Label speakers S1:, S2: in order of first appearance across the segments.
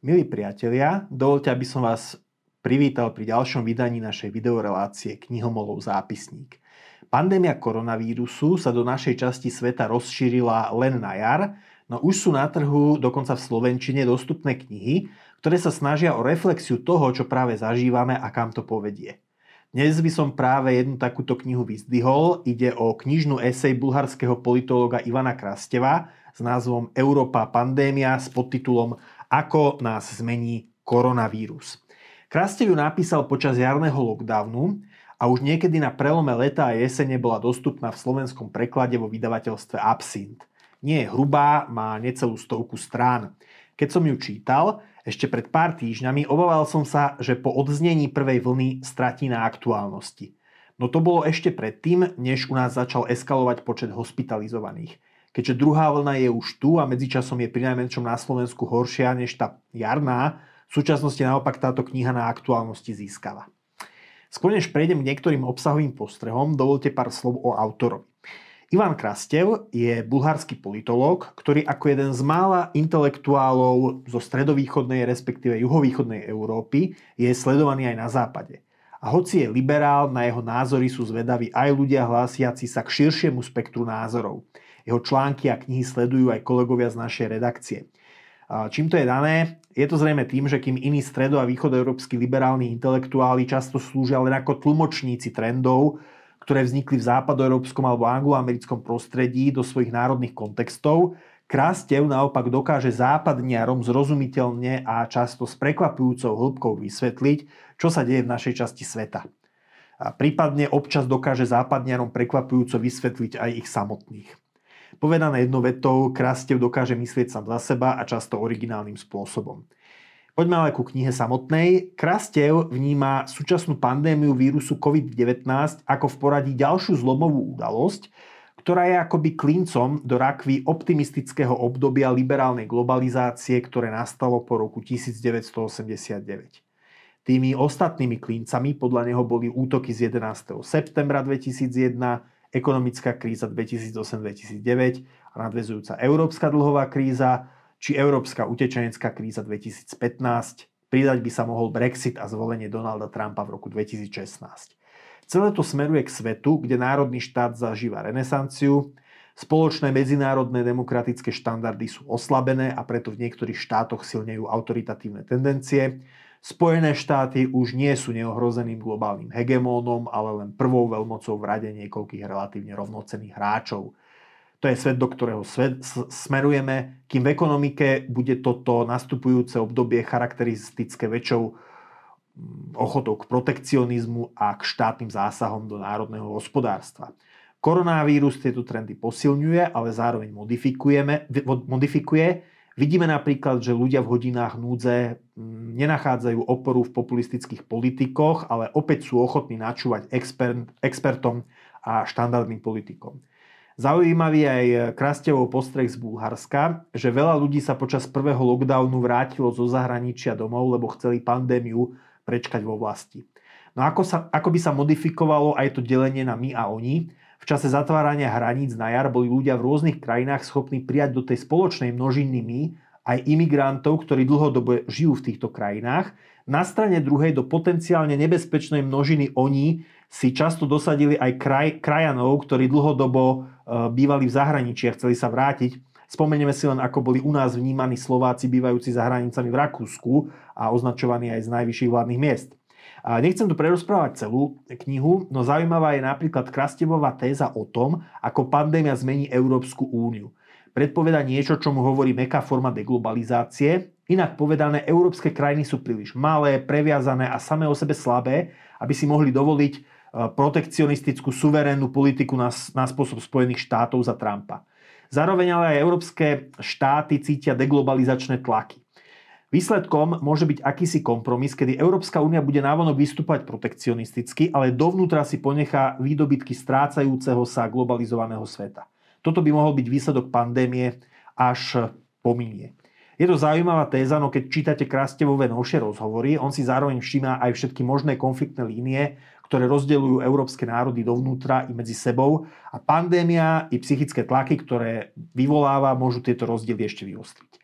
S1: Milí priatelia, dovoľte, aby som vás privítal pri ďalšom vydaní našej videorelácie Knihomolov zápisník. Pandémia koronavírusu sa do našej časti sveta rozšírila len na jar, no už sú na trhu dokonca v slovenčine dostupné knihy, ktoré sa snažia o reflexiu toho, čo práve zažívame a kam to povedie. Dnes by som práve jednu takúto knihu vyzdvihol. Ide o knižnú esej bulharského politológa Ivana Krasteva s názvom Európa pandémia s podtitulom Ako nás zmení koronavírus. Krastev ju napísal počas jarného lockdownu a už niekedy na prelome leta a jesene bola dostupná v slovenskom preklade vo vydavateľstve Absint. Nie je hrubá, má necelú 100 strán. Keď som ju čítal, ešte pred pár týždňami obával som sa, že po odznení prvej vlny stratí na aktuálnosti. No to bolo ešte predtým, než u nás začal eskalovať počet hospitalizovaných. Keďže druhá vlna je už tu a medzičasom je prinajmenšom na Slovensku horšia než tá jarná, v súčasnosti naopak táto kniha na aktuálnosti získava. Skôr než prejdem k niektorým obsahovým postrehom, dovolte pár slov o autorovi. Ivan Krastev je bulharský politológ, ktorý ako jeden z mála intelektuálov zo stredovýchodnej, respektíve juhovýchodnej Európy je sledovaný aj na západe. A hoci je liberál, na jeho názory sú zvedaví aj ľudia hlásiaci sa k širšiemu spektru názorov. Jeho články a knihy sledujú aj kolegovia z našej redakcie. Čím to je dané? Je to zrejme tým, že kým iní stredo- a východoeurópski liberálni intelektuáli často slúžia len ako tlmočníci trendov, ktoré vznikli v západoeurópskom alebo angloamerickom prostredí do svojich národných kontextov, Krastev naopak dokáže západniarom zrozumiteľne a často s prekvapujúcou hĺbkou vysvetliť, čo sa deje v našej časti sveta. A prípadne občas dokáže západniarom prekvapujúco vysvetliť aj ich samotných. Povedané jednou vetou, Krastev dokáže myslieť sám za seba a často originálnym spôsobom. Poďme ale ku knihe samotnej. Krastev vníma súčasnú pandémiu vírusu COVID-19 ako v poradí ďalšiu zlomovú udalosť, ktorá je akoby klincom do rakvy optimistického obdobia liberálnej globalizácie, ktoré nastalo po roku 1989. Tými ostatnými klincami podľa neho boli útoky z 11. septembra 2001, ekonomická kríza 2008-2009 a nadväzujúca európska dlhová kríza či európska utečenecká kríza 2015. Pridať by sa mohol Brexit a zvolenie Donalda Trumpa v roku 2016. Celé to smeruje k svetu, kde národný štát zažíva renesanciu, spoločné medzinárodné demokratické štandardy sú oslabené a preto v niektorých štátoch silnejú autoritatívne tendencie. Spojené štáty už nie sú neohrozeným globálnym hegemónom, ale len prvou veľmocou v rade niekoľkých relatívne rovnocenných hráčov. To je svet, do ktorého smerujeme, kým v ekonomike bude toto nastupujúce obdobie charakteristické väčšou ochotou k protekcionizmu a k štátnym zásahom do národného hospodárstva. Koronavírus tieto trendy posilňuje, ale zároveň modifikuje. Vidíme napríklad, že ľudia v hodinách núdze nenachádzajú oporu v populistických politikoch, ale opäť sú ochotní načúvať expertom a štandardným politikom. Zaujímavý aj Krastevov postreh z Bulharska, že veľa ľudí sa počas prvého lockdownu vrátilo zo zahraničia domov, lebo chceli pandémiu prečkať vo vlasti. No ako by sa modifikovalo aj to delenie na my a oni? V čase zatvárania hraníc na jar boli ľudia v rôznych krajinách schopní prijať do tej spoločnej množiny my aj imigrantov, ktorí dlhodobo žijú v týchto krajinách. Na strane druhej do potenciálne nebezpečnej množiny oni si často dosadili aj krajanov, ktorí dlhodobo bývali v zahraničí a chceli sa vrátiť. Spomenieme si len, ako boli u nás vnímaní Slováci bývajúci za hranicami v Rakúsku a označovaní aj z najvyšších vládnych miest. A nechcem tu prerozprávať celú knihu, no zaujímavá je napríklad Krastevová téza o tom, ako pandémia zmení Európsku úniu. Predpoveda niečo, čomu hovorí mäkká forma deglobalizácie. Inak povedané, európske krajiny sú príliš malé, previazané a samé o sebe slabé, aby si mohli dovoliť protekcionistickú suverénnu politiku na spôsob Spojených štátov za Trumpa. Zároveň ale aj európske štáty cítia deglobalizačné tlaky. Výsledkom môže byť akýsi kompromis, kedy Európska únia bude návonok vystúpať protekcionisticky, ale dovnútra si ponechá výdobytky strácajúceho sa globalizovaného sveta. Toto by mohol byť výsledok pandémie, až pominie. Je to zaujímavá téza, no keď čítate Krastevové novšie rozhovory, on si zároveň všíma aj všetky možné konfliktné línie, ktoré rozdeľujú európske národy dovnútra i medzi sebou a pandémia i psychické tlaky, ktoré vyvoláva, môžu tieto rozdiely ešte vyostriť.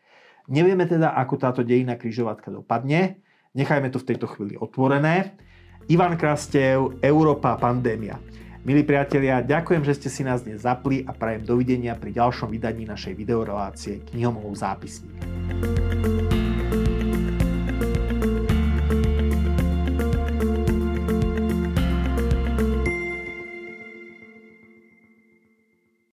S1: Nevieme teda, ako táto dejinná križovatka dopadne. Nechajme to v tejto chvíli otvorené. Ivan Krastev, Európa, pandémia. Milí priatelia, ďakujem, že ste si nás dnes zapli a prajem dovidenia pri ďalšom vydaní našej videorelácie Knihomolov zápisník.